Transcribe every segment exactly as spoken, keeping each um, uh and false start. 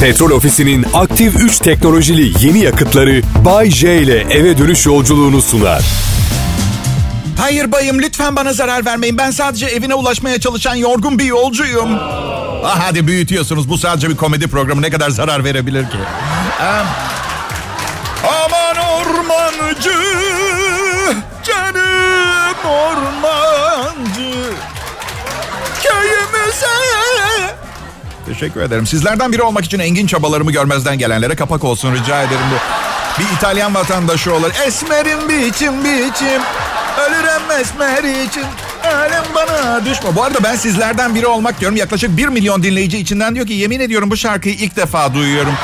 Petrol Ofisi'nin aktif üç teknolojili yeni yakıtları Bay J ile eve dönüş yolculuğunu sunar. Hayır bayım, lütfen bana zarar vermeyin. Ben sadece evine ulaşmaya çalışan yorgun bir yolcuyum. Ah, hadi büyütüyorsunuz. Bu sadece bir komedi programı, ne kadar zarar verebilir ki? Um, aman ormancı, canım ormancı, köyümüze. Teşekkür ederim. Sizlerden biri olmak için engin çabalarımı görmezden gelenlere kapak olsun rica ederim bu. Bir İtalyan vatandaşı olur. Esmerim biçim biçim, ölürüm esmer için, ölüm bana düşme. Bu arada ben sizlerden biri olmak diyorum. Yaklaşık bir milyon dinleyici içinden diyor ki yemin ediyorum bu şarkıyı ilk defa duyuyorum.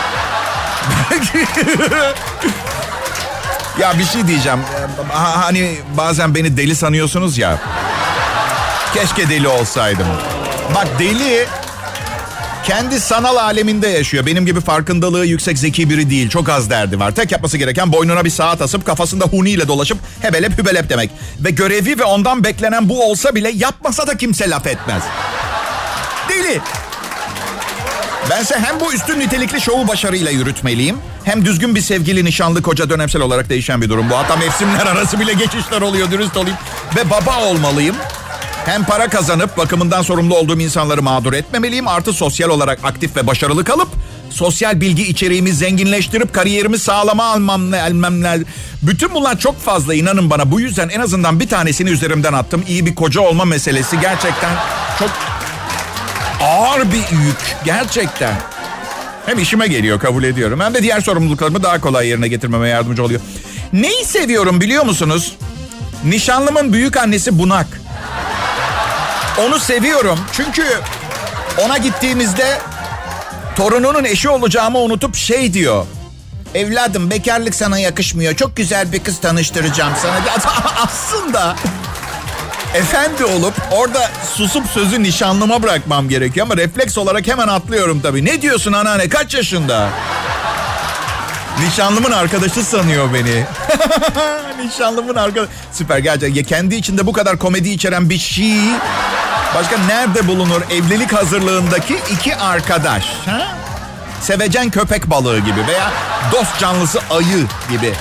Ya bir şey diyeceğim. Hani bazen beni deli sanıyorsunuz ya. Keşke deli olsaydım. Bak, deli kendi sanal aleminde yaşıyor. Benim gibi farkındalığı yüksek, zeki biri değil. Çok az derdi var. Tek yapması gereken boynuna bir saat asıp kafasında huniyle dolaşıp hebelep hübelep demek. Ve görevi ve ondan beklenen bu olsa bile yapmasa da kimse laf etmez. Deli. Bense hem bu üstün nitelikli şovu başarıyla yürütmeliyim, hem düzgün bir sevgili, nişanlı, koca, dönemsel olarak değişen bir durum bu. Hatta mevsimler arası bile geçişler oluyor, dürüst olayım. Ve baba olmalıyım. Hem para kazanıp bakımından sorumlu olduğum insanları mağdur etmemeliyim. Artı sosyal olarak aktif ve başarılı kalıp sosyal bilgi içeriğimi zenginleştirip kariyerimi sağlama almam elmemler. Bütün bunlar çok fazla, inanın bana. Bu yüzden en azından bir tanesini üzerimden attım. İyi bir koca olma meselesi gerçekten çok ağır bir yük. Gerçekten. Hem işime geliyor, kabul ediyorum. Hem de diğer sorumluluklarımı daha kolay yerine getirmeme yardımcı oluyor. Neyi seviyorum biliyor musunuz? Nişanlımın büyük annesi bunak. Onu seviyorum çünkü ona gittiğimizde torununun eşi olacağımı unutup şey diyor. Evladım, bekarlık sana yakışmıyor. Çok güzel bir kız tanıştıracağım sana. Aslında efendi olup orada susup sözü nişanlıma bırakmam gerekiyor. Ama refleks olarak hemen atlıyorum tabii. Ne diyorsun anneanne, kaç yaşında? Nişanlımın arkadaşı sanıyor beni. Nişanlımın arkadaşı. Süper, gerçekten. Ya kendi içinde bu kadar komedi içeren bir şey başka nerede bulunur? Evlilik hazırlığındaki iki arkadaş. Ha? Sevecen köpek balığı gibi veya dost canlısı ayı gibi.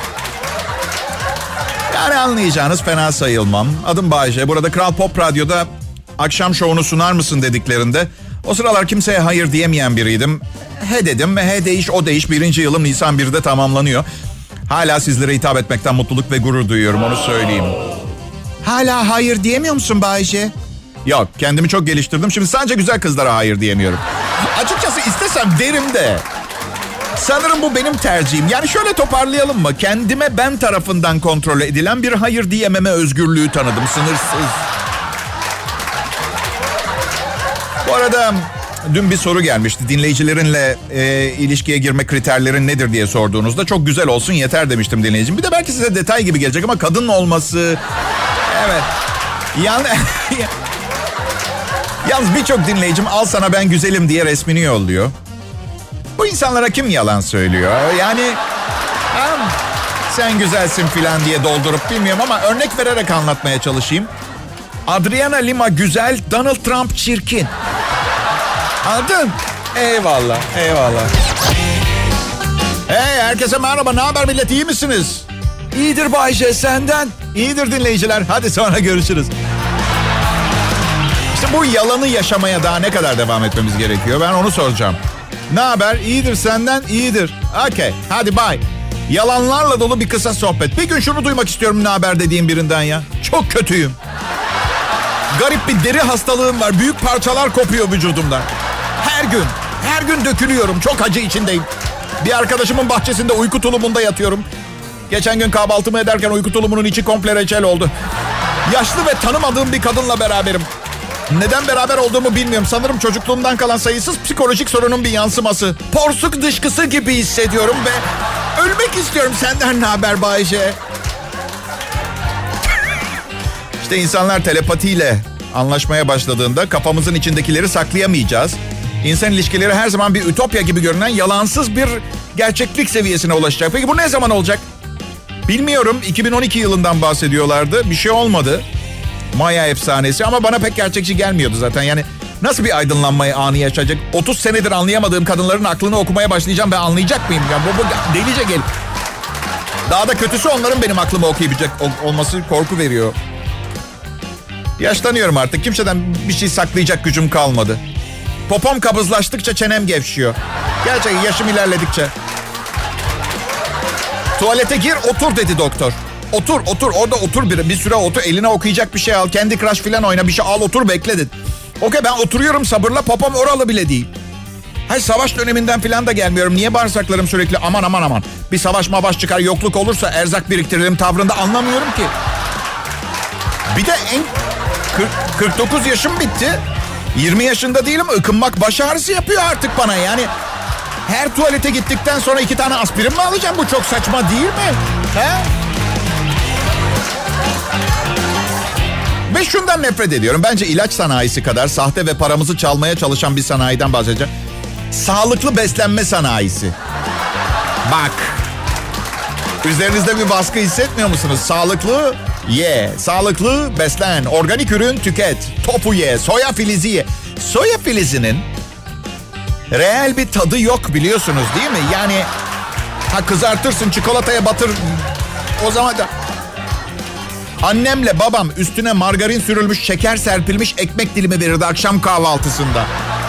Yani anlayacağınız fena sayılmam. Adım Bayce. Burada Kral Pop Radyo'da akşam şovunu sunar mısın dediklerinde o sıralar kimseye hayır diyemeyen biriydim. He dedim ve he değiş o değiş. Birinci yılım Nisan birde tamamlanıyor. Hala sizlere hitap etmekten mutluluk ve gurur duyuyorum, onu söyleyeyim. Hala hayır diyemiyor musun Bayce? Yok, kendimi çok geliştirdim. Şimdi sadece güzel kızlara hayır diyemiyorum. Açıkçası istesem derim de. Sanırım bu benim tercihim. Yani şöyle toparlayalım mı? Kendime ben tarafından kontrol edilen bir hayır diyememe özgürlüğü tanıdım. Sınırsız. Bu arada dün bir soru gelmişti. Dinleyicilerinle e, ilişkiye girme kriterlerin nedir diye sorduğunuzda çok güzel olsun yeter demiştim dinleyicim. Bir de belki size detay gibi gelecek ama kadın olması... Evet. Yani... Yalnız birçok dinleyicim al sana ben güzelim diye resmini yolluyor. Bu insanlara kim yalan söylüyor? Yani sen güzelsin filan diye doldurup bilmiyorum ama örnek vererek anlatmaya çalışayım. Adriana Lima güzel, Donald Trump çirkin. Anladın? Eyvallah, eyvallah. Hey herkese merhaba, ne haber millet, iyi misiniz? İyidir Bayce, senden. İyidir dinleyiciler, hadi sonra görüşürüz. İşte bu yalanı yaşamaya daha ne kadar devam etmemiz gerekiyor? Ben onu soracağım. Ne haber? İyidir senden, iyidir. Okey, hadi bye. Yalanlarla dolu bir kısa sohbet. Bir gün şunu duymak istiyorum ne haber dediğim birinden ya. Çok kötüyüm. Garip bir deri hastalığım var. Büyük parçalar kopuyor vücudumdan. Her gün, her gün dökülüyorum. Çok acı içindeyim. Bir arkadaşımın bahçesinde uyku tulumunda yatıyorum. Geçen gün kahvaltımı ederken uyku tulumunun içi komple reçel oldu. Yaşlı ve tanımadığım bir kadınla beraberim. Neden beraber olduğumu bilmiyorum. Sanırım çocukluğumdan kalan sayısız psikolojik sorunun bir yansıması. Porsuk dışkısı gibi hissediyorum ve ölmek istiyorum. Senden ne haber Bayce? İşte insanlar telepatiyle anlaşmaya başladığında kafamızın içindekileri saklayamayacağız. İnsan ilişkileri her zaman bir ütopya gibi görünen yalansız bir gerçeklik seviyesine ulaşacak. Peki bu ne zaman olacak? Bilmiyorum. iki bin on iki yılından bahsediyorlardı. Bir şey olmadı. Maya efsanesi ama bana pek gerçekçi gelmiyordu zaten. Yani Nasıl bir aydınlanmayı anı yaşayacak? otuz senedir anlayamadığım kadınların aklını okumaya başlayacağım. Ben anlayacak mıyım? Ya bu, bu delice gel. Daha da kötüsü onların benim aklımı okuyabilecek olması korku veriyor. Yaşlanıyorum artık. Kimseden bir şey saklayacak gücüm kalmadı. Popom kabızlaştıkça çenem gevşiyor. Gerçekten yaşım ilerledikçe. Tuvalete gir otur dedi doktor. Otur otur orada otur bir, bir süre otur. Eline okuyacak bir şey al. Candy Crush falan oyna bir şey al otur bekle dedi. Okey ben oturuyorum sabırla popom oralı bile değil. Hayır savaş döneminden falan da gelmiyorum. Niye bağırsaklarım sürekli aman aman aman. Bir savaş mavaş çıkar yokluk olursa erzak biriktirelim tavrında anlamıyorum ki. Bir de en kırk, kırk dokuz yaşım bitti. yirmi yaşında değilim ıkınmak baş ağrısı yapıyor artık bana yani. Her tuvalete gittikten sonra iki tane aspirin mi alacağım? Bu çok saçma değil mi? He? Ve şundan nefret ediyorum. Bence ilaç sanayisi kadar sahte ve paramızı çalmaya çalışan bir sanayiden bahsedeceğim. Sağlıklı beslenme sanayisi. Bak. Üzerinizde bir baskı hissetmiyor musunuz? Sağlıklı ye, sağlıklı beslen, organik ürün tüket, tofu ye, soya filizi ye. Soya filizinin reel bir tadı yok biliyorsunuz değil mi? Yani ha kızartırsın çikolataya batır o zaman da... Annemle babam üstüne margarin sürülmüş, şeker serpilmiş ekmek dilimi verirdi akşam kahvaltısında.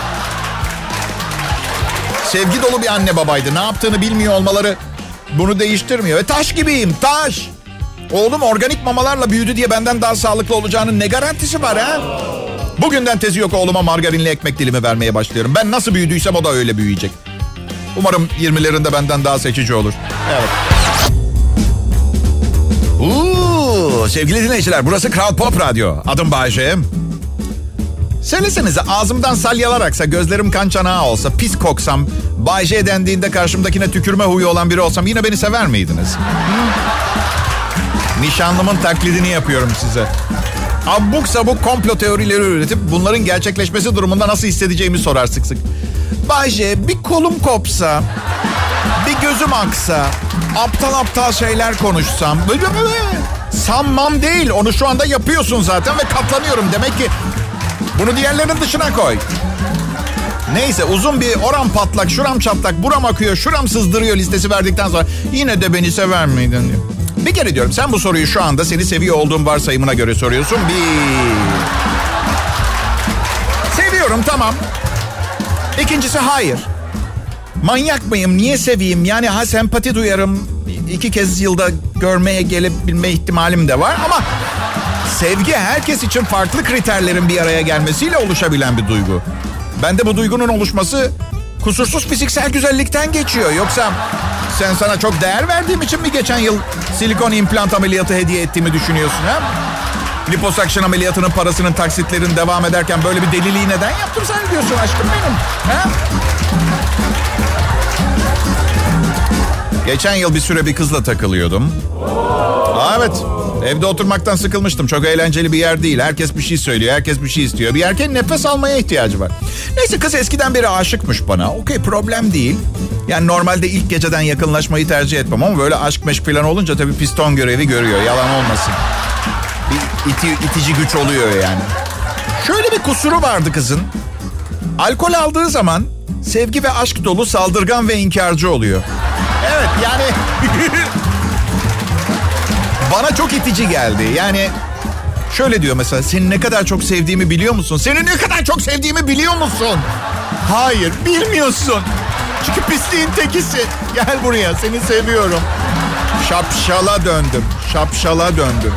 Sevgi dolu bir anne babaydı. Ne yaptığını bilmiyor olmaları bunu değiştirmiyor. Ve taş gibiyim, taş. Oğlum organik mamalarla büyüdü diye benden daha sağlıklı olacağının ne garantisi var ha? Bugünden tezi yok oğluma margarinli ekmek dilimi vermeye başlıyorum. Ben nasıl büyüdüysem o da öyle büyüyecek. Umarım yirmilerinde benden daha seçici olur. Evet. Uuu, sevgili dinleyiciler burası Kral Pop Radyo. Adım Bayce. Söylesenize ağzımdan salyalar aksa, gözlerim kan çanağı olsa, pis koksam, Bayce dendiğinde karşımdakine tükürme huyu olan biri olsam yine beni sever miydiniz? Hı? Nişanlımın taklidini yapıyorum size. Abuk sabuk komplo teorileri üretip bunların gerçekleşmesi durumunda nasıl hissedeceğimi sorar sık sık. Bayce bir kolum kopsa, bir gözüm aksa, aptal aptal şeyler konuşsam... Sanmam değil, onu şu anda yapıyorsun zaten ve katlanıyorum. Demek ki bunu diğerlerinin dışına koy. Neyse uzun bir oram patlak, şuram çatlak, buram akıyor, şuram sızdırıyor listesi verdikten sonra... Yine de beni sever miydin diyor. Bir kere diyorum sen bu soruyu şu anda seni seviyor olduğum varsayımına göre soruyorsun. Bir... Seviyorum tamam. İkincisi hayır. Manyak mıyım? Niye seveyim? Yani ha sempati duyarım. İki kez yılda görmeye gelebilme ihtimalim de var. Ama sevgi herkes için farklı kriterlerin bir araya gelmesiyle oluşabilen bir duygu. Bende bu duygunun oluşması kusursuz fiziksel güzellikten geçiyor. Yoksa sen sana çok değer verdiğim için mi geçen yıl silikon implant ameliyatı hediye ettiğimi düşünüyorsun ha? Liposuction ameliyatının parasının taksitlerin devam ederken böyle bir deliliği neden yaptım zannediyorsun aşkım benim? Ha? Geçen yıl bir süre bir kızla takılıyordum. Aa, evet. Evde oturmaktan sıkılmıştım. Çok eğlenceli bir yer değil. Herkes bir şey söylüyor. Herkes bir şey istiyor. Bir erkeğin nefes almaya ihtiyacı var. Neyse kız eskiden beri aşıkmış bana. Okey problem değil. Yani normalde ilk geceden yakınlaşmayı tercih etmem. Ama böyle aşk meşk falan olunca tabii piston görevi görüyor. Yalan olmasın. Bir iti, itici güç oluyor yani. Şöyle bir kusuru vardı kızın. Alkol aldığı zaman sevgi ve aşk dolu saldırgan ve inkarcı oluyor. Evet yani bana çok itici geldi. Yani şöyle diyor mesela, seni ne kadar çok sevdiğimi biliyor musun? Seni ne kadar çok sevdiğimi biliyor musun? Hayır bilmiyorsun. Çünkü pisliğin tekisin. Gel buraya, seni seviyorum. Şapşala döndüm. Şapşala döndüm.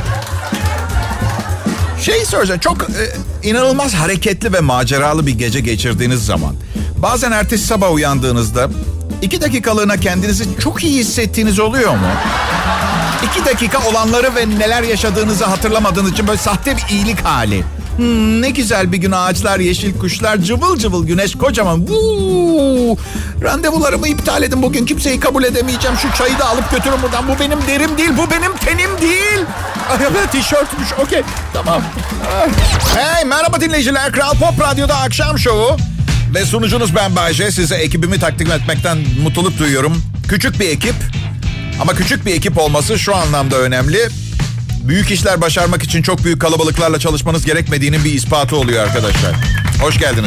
Şey soracağım, çok e, inanılmaz hareketli ve maceralı bir gece geçirdiğiniz zaman bazen ertesi sabah uyandığınızda iki dakikalığına kendinizi çok iyi hissettiğiniz oluyor mu? İki dakika olanları ve neler yaşadığınızı hatırlamadığınız için böyle sahte bir iyilik hali. Hmm, ne güzel bir gün, ağaçlar, yeşil kuşlar, cıvıl cıvıl güneş kocaman. Vuu, randevularımı iptal edin bugün, kimseyi kabul edemeyeceğim. Şu çayı da alıp götürün buradan. Bu benim derim değil, bu benim tenim değil. Ay, tişörtmüş, okey, tamam. Hey, merhaba dinleyiciler. Kral Pop Radyo'da akşam şovu. Ve sunucunuz ben Bayce. Size ekibimi takdim etmekten mutluluk duyuyorum. Küçük bir ekip. Ama küçük bir ekip olması şu anlamda önemli. Büyük işler başarmak için çok büyük kalabalıklarla çalışmanız gerekmediğinin bir ispatı oluyor arkadaşlar. Hoş geldiniz.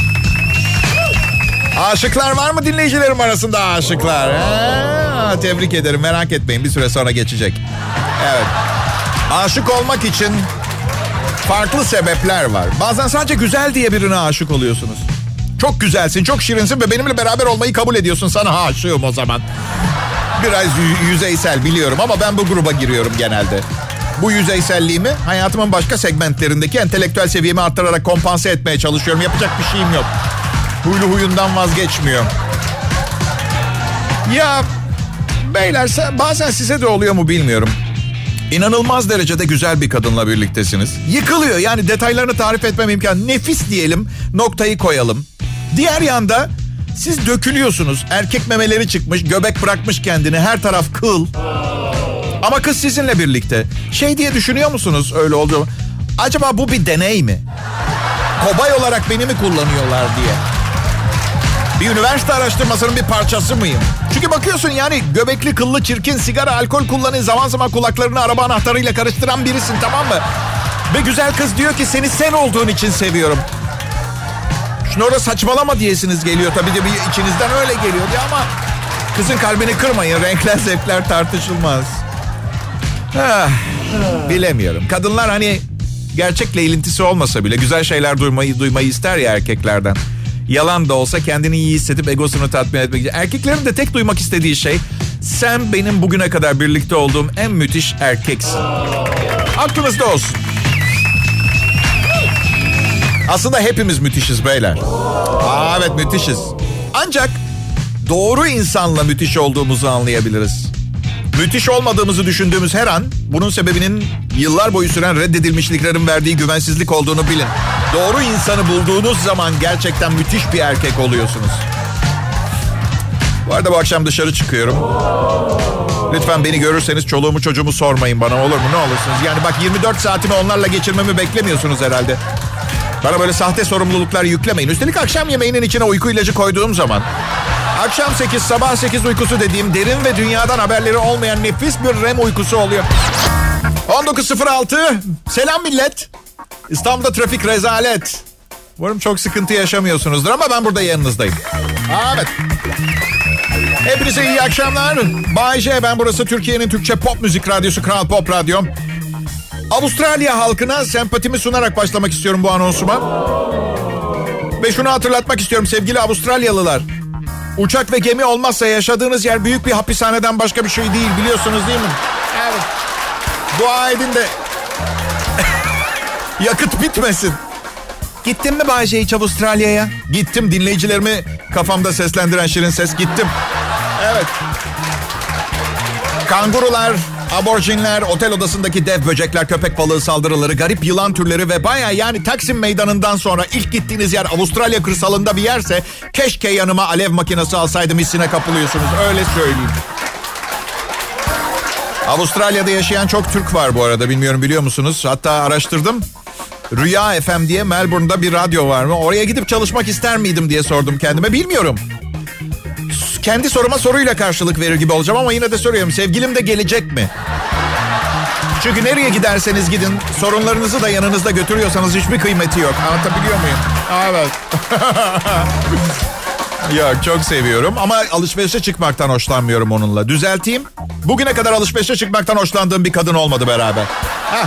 Aşıklar var mı dinleyicilerim arasında aşıklar? Ha, tebrik ederim, merak etmeyin, bir süre sonra geçecek. Evet. Aşık olmak için farklı sebepler var. Bazen sadece güzel diye birine aşık oluyorsunuz. Çok güzelsin, çok şirinsin ve benimle beraber olmayı kabul ediyorsun. Sana aşığım o zaman. Biraz y- yüzeysel biliyorum ama ben bu gruba giriyorum genelde. Bu yüzeyselliğimi hayatımın başka segmentlerindeki entelektüel seviyemi arttırarak kompanse etmeye çalışıyorum. Yapacak bir şeyim yok. Huylu huyundan vazgeçmiyor. Ya beyler, bazen size de oluyor mu bilmiyorum. İnanılmaz derecede güzel bir kadınla birliktesiniz. Yıkılıyor, yani detaylarını tarif etmem imkan. Nefis diyelim, noktayı koyalım. Diğer yanda siz dökülüyorsunuz. Erkek memeleri çıkmış, göbek bırakmış kendini, her taraf kıl. Ama kız sizinle birlikte. Şey diye düşünüyor musunuz öyle oldu? Acaba bu bir deney mi? Kobay olarak beni mi kullanıyorlar diye. Bir üniversite araştırmasının bir parçası mıyım? Çünkü bakıyorsun yani göbekli, kıllı, çirkin, sigara, alkol kullanın, zaman zaman kulaklarını araba anahtarıyla karıştıran birisin, tamam mı? Ve güzel kız diyor ki seni sen olduğun için seviyorum. Şunu orada saçmalama diyesiniz geliyor. Tabii de bir içinizden öyle geliyor diye ama kızın kalbini kırmayın. Renkler, zevkler tartışılmaz. Ah, bilemiyorum. Kadınlar hani gerçekle ilintisi olmasa bile güzel şeyler duymayı duymayı ister ya erkeklerden. Yalan da olsa kendini iyi hissedip egosunu tatmin etmek için. Erkeklerin de tek duymak istediği şey, sen benim bugüne kadar birlikte olduğum en müthiş erkeksin. Aklınızda olsun. Aslında hepimiz müthişiz beyler. Aa, evet müthişiz. Ancak doğru insanla müthiş olduğumuzu anlayabiliriz. Müthiş olmadığımızı düşündüğümüz her an bunun sebebinin yıllar boyu süren reddedilmişliklerin verdiği güvensizlik olduğunu bilin. Doğru insanı bulduğunuz zaman gerçekten müthiş bir erkek oluyorsunuz. Bu arada bu akşam dışarı çıkıyorum. Lütfen beni görürseniz çoluğumu çocuğumu sormayın bana, olur mu? Ne olursunuz? Yani bak, yirmi dört saatimi onlarla geçirmemi beklemiyorsunuz herhalde. Bana böyle sahte sorumluluklar yüklemeyin. Üstelik akşam yemeğinin içine uyku ilacı koyduğum zaman... Akşam sekiz, sabah sekiz uykusu dediğim derin ve dünyadan haberleri olmayan nefis bir R E M uykusu oluyor. on dokuz sıfır altı. Selam millet. İstanbul'da trafik rezalet. Umarım çok sıkıntı yaşamıyorsunuzdur ama ben burada yanınızdayım. Evet. Hepinize iyi akşamlar. Bay J, ben burası Türkiye'nin Türkçe pop müzik radyosu Kral Pop Radyo. Avustralya halkına sempatimi sunarak başlamak istiyorum bu anonsuma. Ve şunu hatırlatmak istiyorum sevgili Avustralyalılar. Uçak ve gemi olmazsa yaşadığınız yer büyük bir hapishaneden başka bir şey değil, biliyorsunuz değil mi? Evet. Dua edin de yakıt bitmesin. Gittin mi Bay J hiç Avustralya'ya? Gittim, dinleyicilerimi kafamda seslendiren şirin ses, gittim. Evet. Kangurular, aborjinler, otel odasındaki dev böcekler, köpek balığı saldırıları, garip yılan türleri ve baya yani Taksim Meydanı'ndan sonra ilk gittiğiniz yer Avustralya kırsalında bir yerse keşke yanıma alev makinesi alsaydım hissine kapılıyorsunuz, öyle söyleyeyim. Avustralya'da yaşayan çok Türk var bu arada, bilmiyorum biliyor musunuz? Hatta araştırdım. Rüya F M diye Melbourne'da bir radyo var mı? Oraya gidip çalışmak ister miydim diye sordum kendime, bilmiyorum. Kendi soruma soruyla karşılık verir gibi olacağım ama yine de soruyorum. Sevgilim de gelecek mi? Çünkü nereye giderseniz gidin, sorunlarınızı da yanınızda götürüyorsanız hiçbir kıymeti yok. Anlatabiliyor muyum? Evet. Yok, çok seviyorum ama alışverişe çıkmaktan hoşlanmıyorum onunla. Düzelteyim. Bugüne kadar alışverişe çıkmaktan hoşlandığım bir kadın olmadı beraber. Heh.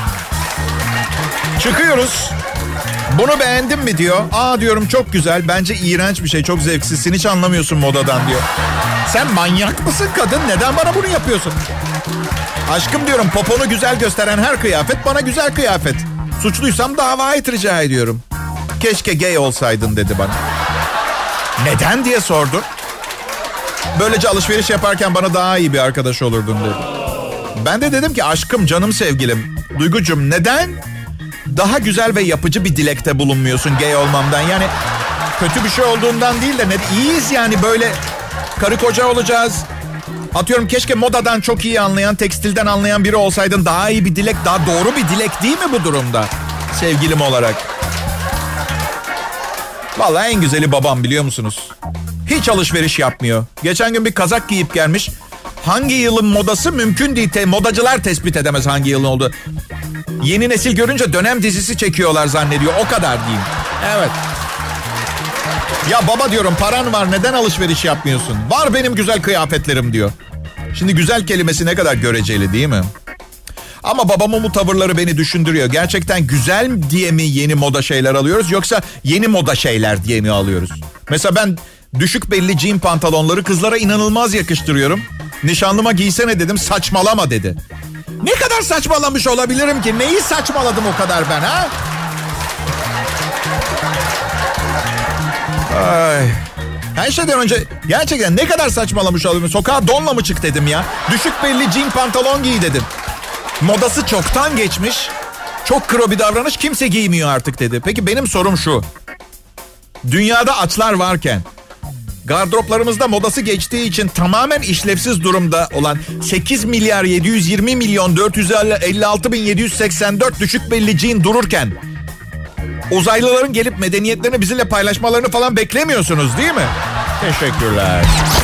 Çıkıyoruz. Bunu beğendin mi diyor. Aa diyorum, çok güzel. Bence iğrenç bir şey, çok zevksizsin, hiç anlamıyorsun modadan diyor. Sen manyak mısın kadın? Neden bana bunu yapıyorsun? Aşkım diyorum, poponu güzel gösteren her kıyafet bana güzel kıyafet. Suçluysam dava et rica ediyorum. Keşke gay olsaydın dedi bana. Neden diye sordu. Böylece alışveriş yaparken bana daha iyi bir arkadaş olurdun dedi. Ben de dedim ki aşkım, canım, sevgilim, Duygucum, neden daha güzel ve yapıcı bir dilekte bulunmuyorsun gay olmamdan? Yani kötü bir şey olduğundan değil de ne, iyiyiz yani, böyle karı koca olacağız. Atıyorum, keşke modadan çok iyi anlayan, tekstilden anlayan biri olsaydın, daha iyi bir dilek, daha doğru bir dilek değil mi bu durumda sevgilim olarak? Vallahi en güzeli babam, biliyor musunuz? Hiç alışveriş yapmıyor. Geçen gün bir kazak giyip gelmiş. Hangi yılın modası mümkün değil. Te- modacılar tespit edemez hangi yılın oldu. Yeni nesil görünce dönem dizisi çekiyorlar zannediyor. O kadar diyeyim. Evet. Ya baba diyorum, paran var, neden alışveriş yapmıyorsun? Var benim güzel kıyafetlerim diyor. Şimdi güzel kelimesi ne kadar göreceli değil mi? Ama babamın bu tavırları beni düşündürüyor. Gerçekten güzel diye mi yeni moda şeyler alıyoruz, yoksa yeni moda şeyler diye mi alıyoruz? Mesela ben düşük belli jean pantolonları kızlara inanılmaz yakıştırıyorum. Nişanlıma giysene dedim, saçmalama dedi. Ne kadar saçmalamış olabilirim ki? Neyi saçmaladım o kadar ben ha? Ay. Her şeyden önce gerçekten ne kadar saçmalamış olabilirim? Sokağa donla mı çık dedim ya. Düşük belli jean pantolon giy dedim. Modası çoktan geçmiş. Çok kro bir davranış, kimse giymiyor artık dedi. Peki benim sorum şu. Dünyada açlar varken, gardıroplarımızda modası geçtiği için tamamen işlevsiz durumda olan sekiz milyar yedi yüz yirmi milyon dört yüz elli altı bin yedi yüz seksen dört düşük belli jean dururken uzaylıların gelip medeniyetlerini bizimle paylaşmalarını falan beklemiyorsunuz değil mi? Teşekkürler.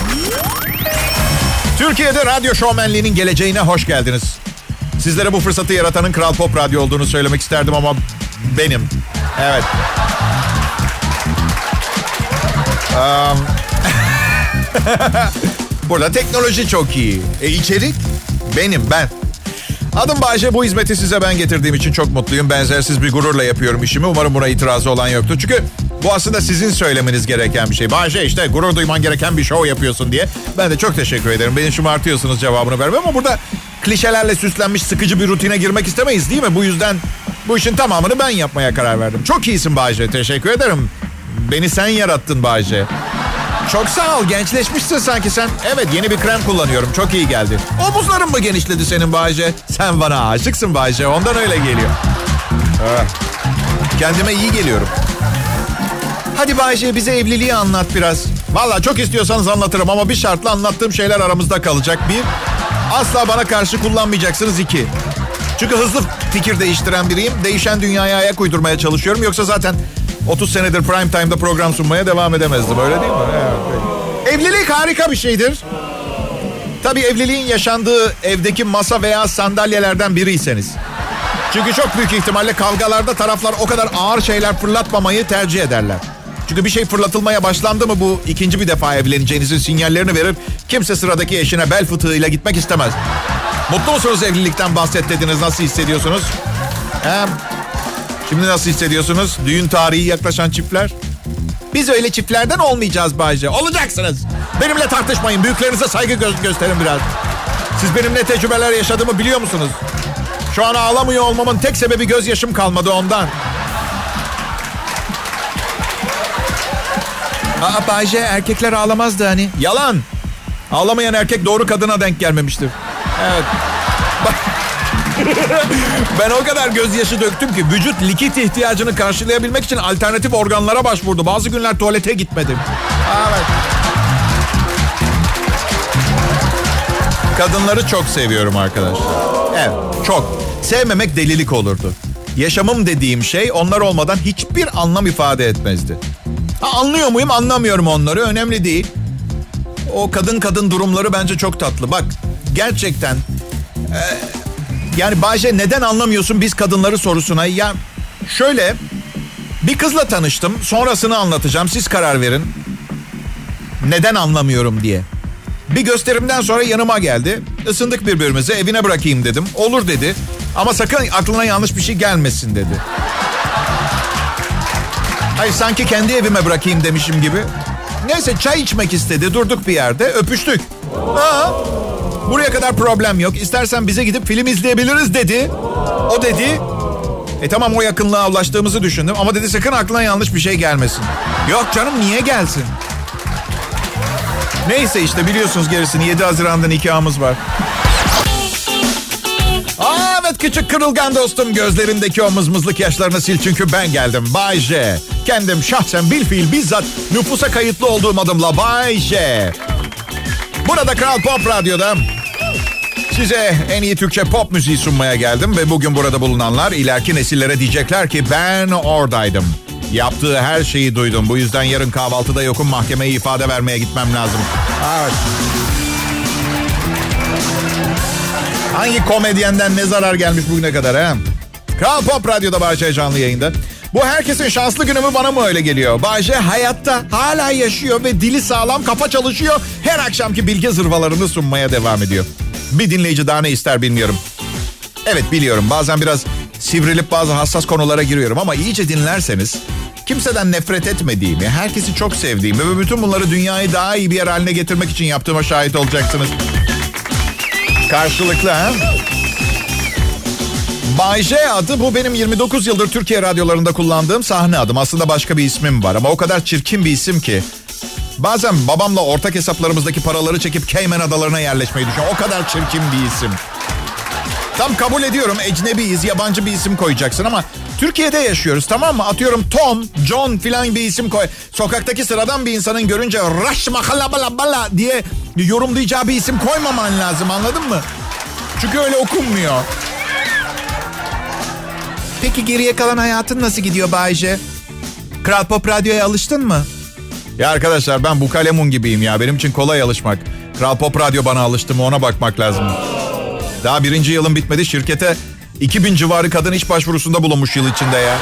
Türkiye'de radyo şovmenliğinin geleceğine hoş geldiniz. Sizlere bu fırsatı yaratanın Kral Pop Radyo olduğunu söylemek isterdim ama benim. Evet. Um... Burada teknoloji çok iyi. E içerik? Benim, ben. Adım Bayce, bu hizmeti size ben getirdiğim için çok mutluyum. Benzersiz bir gururla yapıyorum işimi. Umarım buna itirazı olan yoktur. Çünkü bu aslında sizin söylemeniz gereken bir şey. Bayce işte gurur duyman gereken bir şov yapıyorsun diye. Ben de çok teşekkür ederim. Beni şımartıyorsunuz cevabını vermem ama burada klişelerle süslenmiş sıkıcı bir rutine girmek istemeyiz değil mi? Bu yüzden bu işin tamamını ben yapmaya karar verdim. Çok iyisin Bayce, teşekkür ederim. Beni sen yarattın Bayce. Çok sağ ol, gençleşmişsin sanki sen. Evet, yeni bir krem kullanıyorum, çok iyi geldi. Omuzların mı genişledi senin Bayce? Sen bana aşıksın Bayce, ondan öyle geliyor. Evet. Kendime iyi geliyorum. Hadi Bayce, bize evliliği anlat biraz. Vallahi çok istiyorsanız anlatırım ama bir şartla, anlattığım şeyler aramızda kalacak. Bir, asla bana karşı kullanmayacaksınız. İki, çünkü hızlı fikir değiştiren biriyim. Değişen dünyaya ayak uydurmaya çalışıyorum. Yoksa zaten otuz senedir prime time'da program sunmaya devam edemezdim. Öyle değil mi? Evet. Evlilik harika bir şeydir. Tabii evliliğin yaşandığı evdeki masa veya sandalyelerden biriyseniz. Çünkü çok büyük ihtimalle kavgalarda taraflar o kadar ağır şeyler fırlatmamayı tercih ederler. Çünkü bir şey fırlatılmaya başlandı mı bu ikinci bir defa evleneceğinizin sinyallerini verir. Kimse sıradaki eşine bel fıtığıyla gitmek istemez. Mutlu musunuz, evlilikten bahset dediniz, nasıl hissediyorsunuz? He? Şimdi nasıl hissediyorsunuz? Düğün tarihi yaklaşan çiftler. Biz öyle çiftlerden olmayacağız Bayce. Olacaksınız. Benimle tartışmayın. Büyüklerinize saygı gö- gösterin biraz. Siz benim ne tecrübeler yaşadığımı biliyor musunuz? Şu an ağlamıyor olmamın tek sebebi gözyaşım kalmadı ondan. Aa Bayce, erkekler ağlamazdı hani. Yalan. Ağlamayan erkek doğru kadına denk gelmemiştir. Evet. Ben o kadar gözyaşı döktüm ki vücut likit ihtiyacını karşılayabilmek için alternatif organlara başvurdu. Bazı günler tuvalete gitmedim. Evet. Kadınları çok seviyorum arkadaşlar. Evet, çok. Sevmemek delilik olurdu. Yaşamım dediğim şey onlar olmadan hiçbir anlam ifade etmezdi. Ha, anlıyor muyum, anlamıyorum onları, önemli değil. O kadın kadın durumları bence çok tatlı. Bak gerçekten... E, yani Bayce neden anlamıyorsun biz kadınları sorusuna. Ya şöyle, bir kızla tanıştım, sonrasını anlatacağım, siz karar verin. Neden anlamıyorum diye. Bir gösterimden sonra yanıma geldi. Isındık birbirimize, evine bırakayım dedim. Olur dedi. Ama sakın aklına yanlış bir şey gelmesin dedi. Hayır, sanki kendi evime bırakayım demişim gibi. Neyse, çay içmek istedi. Durduk bir yerde, öpüştük. Aa, buraya kadar problem yok. İstersen bize gidip film izleyebiliriz dedi. O dedi. E tamam, o yakınlığa ulaştığımızı düşündüm. Ama dedi sakın aklına yanlış bir şey gelmesin. Yok canım, niye gelsin? Neyse işte biliyorsunuz gerisini. yedi Haziran'da nikahımız var. Aa, evet küçük kırılgan dostum, gözlerindeki o mızmızlık yaşlarını sil çünkü ben geldim. Bay J. Kendim şahsen bilfiil bizzat nüfusa kayıtlı olduğum adımla Bay J. Burada Kral Pop Radyo'da size en iyi Türkçe pop müziği sunmaya geldim. Ve bugün burada bulunanlar ileriki nesillere diyecekler ki ben oradaydım. Yaptığı her şeyi duydum. Bu yüzden yarın kahvaltıda yokum, mahkemeye ifade vermeye gitmem lazım. Evet. Hangi komedyenden ne zarar gelmiş bugüne kadar he? Kral Pop Radyo'da Bahçe canlı yayında. Bu herkesin şanslı günü mü, bana mı öyle geliyor? Bay J hayatta, hala yaşıyor ve dili sağlam, kafa çalışıyor. Her akşamki bilgi zırvalarını sunmaya devam ediyor. Bir dinleyici daha ne ister bilmiyorum. Evet biliyorum, bazen biraz sivrilip bazı hassas konulara giriyorum ama iyice dinlerseniz kimseden nefret etmediğimi, herkesi çok sevdiğimi ve bütün bunları dünyayı daha iyi bir yer haline getirmek için yaptığıma şahit olacaksınız. Karşılıklı ha? Bay J adı, bu benim yirmi dokuz yıldır Türkiye radyolarında kullandığım sahne adım. Aslında başka bir ismim var ama o kadar çirkin bir isim ki bazen babamla ortak hesaplarımızdaki paraları çekip Cayman Adalarına yerleşmeyi düşünüyorum. O kadar çirkin bir isim. Tam kabul ediyorum, ecnebiyiz, yabancı bir isim koyacaksın ama Türkiye'de yaşıyoruz, tamam mı? Atıyorum Tom, John filan bir isim koy. Sokaktaki sıradan bir insanın görünce Raşma Halabalabala diye yorumlayacağı bir isim koymaman lazım, anladın mı? Çünkü öyle okunmuyor. Peki geriye kalan hayatın nasıl gidiyor Bay J? Kral Pop Radyo'ya alıştın mı? Ya arkadaşlar, ben Bukalemun gibiyim ya. Benim için kolay alışmak. Kral Pop Radyo bana alıştı mı, ona bakmak lazım. Daha birinci yılım bitmedi. Şirkete iki bin civarı kadın iş başvurusunda bulunmuş yıl içinde ya.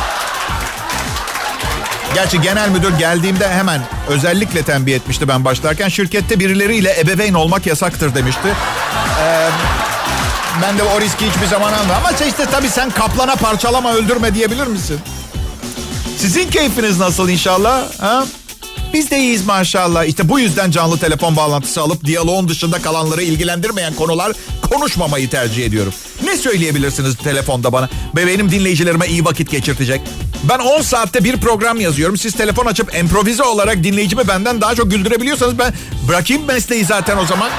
Gerçi genel müdür geldiğimde hemen özellikle tembih etmişti ben başlarken. Şirkette birileriyle ebeveyn olmak yasaktır demişti. Ee, ben de o riski hiçbir zaman almadım. Ama işte tabii sen kaplana parçalama öldürme diyebilir misin? Sizin keyfiniz nasıl inşallah? Ha? Biz de iyiyiz maşallah. İşte bu yüzden canlı telefon bağlantısı alıp diyaloğun dışında kalanları ilgilendirmeyen konular konuşmamayı tercih ediyorum. Ne söyleyebilirsiniz telefonda bana? Ve benim dinleyicilerime iyi vakit geçirtecek. Ben on saatte bir program yazıyorum. Siz telefon açıp improvize olarak dinleyicimi benden daha çok güldürebiliyorsanız ben bırakayım mesleği zaten o zaman.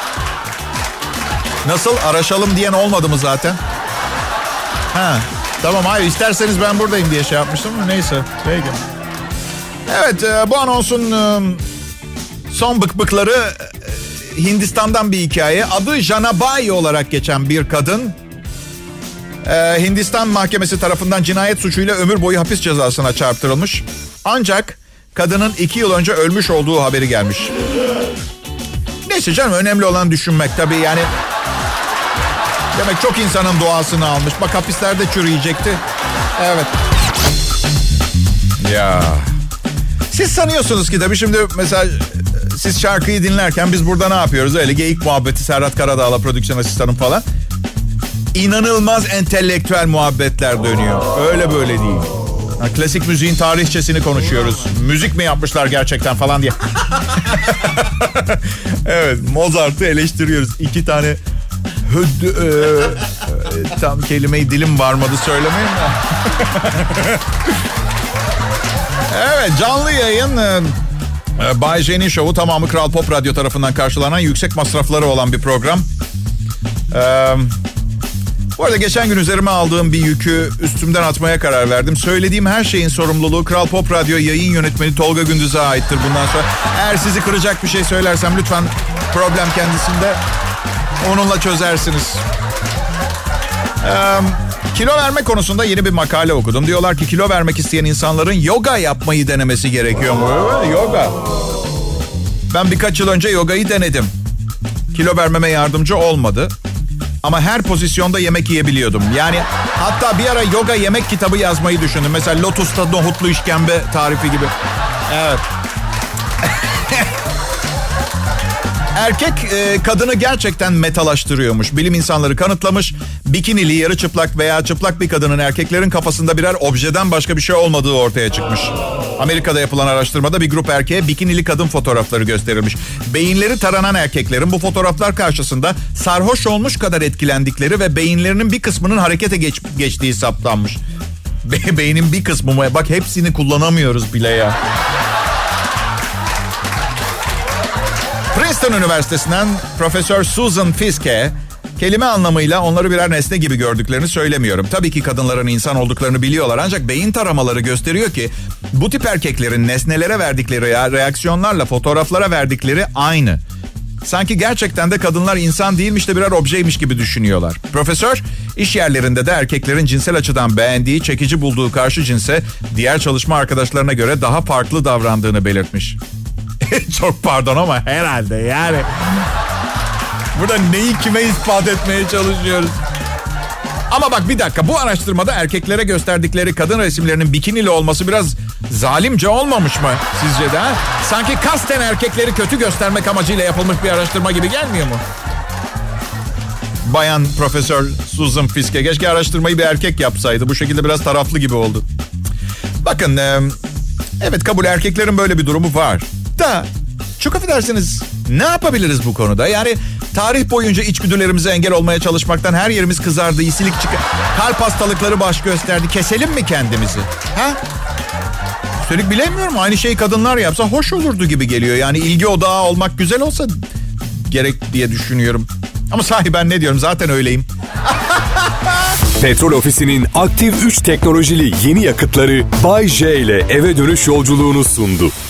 Nasıl, araşalım diyen olmadı mı zaten? Ha, tamam, hayır isterseniz ben buradayım diye şey yapmıştım mı? Neyse, peki. Evet, bu anonsun son bıkbıkları Hindistan'dan bir hikaye. Adı Janabai olarak geçen bir kadın Hindistan mahkemesi tarafından cinayet suçuyla ömür boyu hapis cezasına çarptırılmış. Ancak kadının iki yıl önce ölmüş olduğu haberi gelmiş. Neyse canım, önemli olan düşünmek tabii yani. Demek çok insanın duasını almış. Bak hapislerde çürüyecekti. Evet. Ya... Siz sanıyorsunuz ki tabii şimdi mesela siz şarkıyı dinlerken biz burada ne yapıyoruz? Öyle geyik muhabbeti, Serhat Karadağ'la prodüksiyon asistanım falan. İnanılmaz entelektüel muhabbetler dönüyor. Öyle böyle değil. Ha, klasik müziğin tarihçesini konuşuyoruz. Müzik mi yapmışlar gerçekten falan diye. Evet, Mozart'ı eleştiriyoruz. İki tane höd, e, e, tam kelimeyi dilim varmadı söylemeyeyim mi? Evet, canlı yayın e, Bay J'nin şovu, tamamı Kral Pop Radyo tarafından karşılanan yüksek masrafları olan bir program. E, bu arada geçen gün üzerime aldığım bir yükü üstümden atmaya karar verdim. Söylediğim her şeyin sorumluluğu Kral Pop Radyo yayın yönetmeni Tolga Gündüz'e aittir bundan sonra. Eğer sizi kıracak bir şey söylersem lütfen problem kendisinde, onunla çözersiniz. Eee... Kilo verme konusunda yeni bir makale okudum. Diyorlar ki kilo vermek isteyen insanların yoga yapmayı denemesi gerekiyor mu? Yoga. Ben birkaç yıl önce yogayı denedim. Kilo vermeme yardımcı olmadı. Ama her pozisyonda yemek yiyebiliyordum. Yani hatta bir ara yoga yemek kitabı yazmayı düşündüm. Mesela lotusta nohutlu işkembe tarifi gibi. Evet. Erkek e, kadını gerçekten metalaştırıyormuş. Bilim insanları kanıtlamış. Bikinili, yarı çıplak veya çıplak bir kadının erkeklerin kafasında birer objeden başka bir şey olmadığı ortaya çıkmış. Amerika'da yapılan araştırmada bir grup erkeğe bikinili kadın fotoğrafları gösterilmiş. Beyinleri taranan erkeklerin bu fotoğraflar karşısında sarhoş olmuş kadar etkilendikleri ve beyinlerinin bir kısmının harekete geç, geçtiği saptanmış. Be- beynin bir kısmı mı? Bak hepsini kullanamıyoruz bile ya. Princeton Üniversitesi'nden Profesör Susan Fiske, kelime anlamıyla onları birer nesne gibi gördüklerini söylemiyorum. Tabii ki kadınların insan olduklarını biliyorlar, ancak beyin taramaları gösteriyor ki bu tip erkeklerin nesnelere verdikleri reaksiyonlarla fotoğraflara verdikleri aynı. Sanki gerçekten de kadınlar insan değilmiş de birer objeymiş gibi düşünüyorlar. Profesör, iş yerlerinde de erkeklerin cinsel açıdan beğendiği, çekici bulduğu karşı cinse diğer çalışma arkadaşlarına göre daha farklı davrandığını belirtmiş. Çok pardon ama herhalde yani. Burada neyi kime ispat etmeye çalışıyoruz? Ama bak bir dakika, bu araştırmada erkeklere gösterdikleri kadın resimlerinin bikinili olması biraz zalimce olmamış mı sizce de? Ha? Sanki kasten erkekleri kötü göstermek amacıyla yapılmış bir araştırma gibi gelmiyor mu? Bayan Profesör Susan Fiske, keşke araştırmayı bir erkek yapsaydı. Bu şekilde biraz taraflı gibi oldu. Bakın, e, evet kabul, erkeklerin böyle bir durumu var. Da çok affedersiniz, ne yapabiliriz bu konuda? Yani tarih boyunca içgüdülerimize engel olmaya çalışmaktan her yerimiz kızardı, isilik çıktı, kalp hastalıkları baş gösterdi. Keselim mi kendimizi? Ha? Üstelik bilemiyorum, aynı şeyi kadınlar yapsa hoş olurdu gibi geliyor. Yani ilgi odağı olmak güzel olsa gerek diye düşünüyorum. Ama sahi ben ne diyorum, zaten öyleyim. Petrol Ofisi'nin aktif üç teknolojili yeni yakıtları Bay J ile eve dönüş yolculuğunu sundu.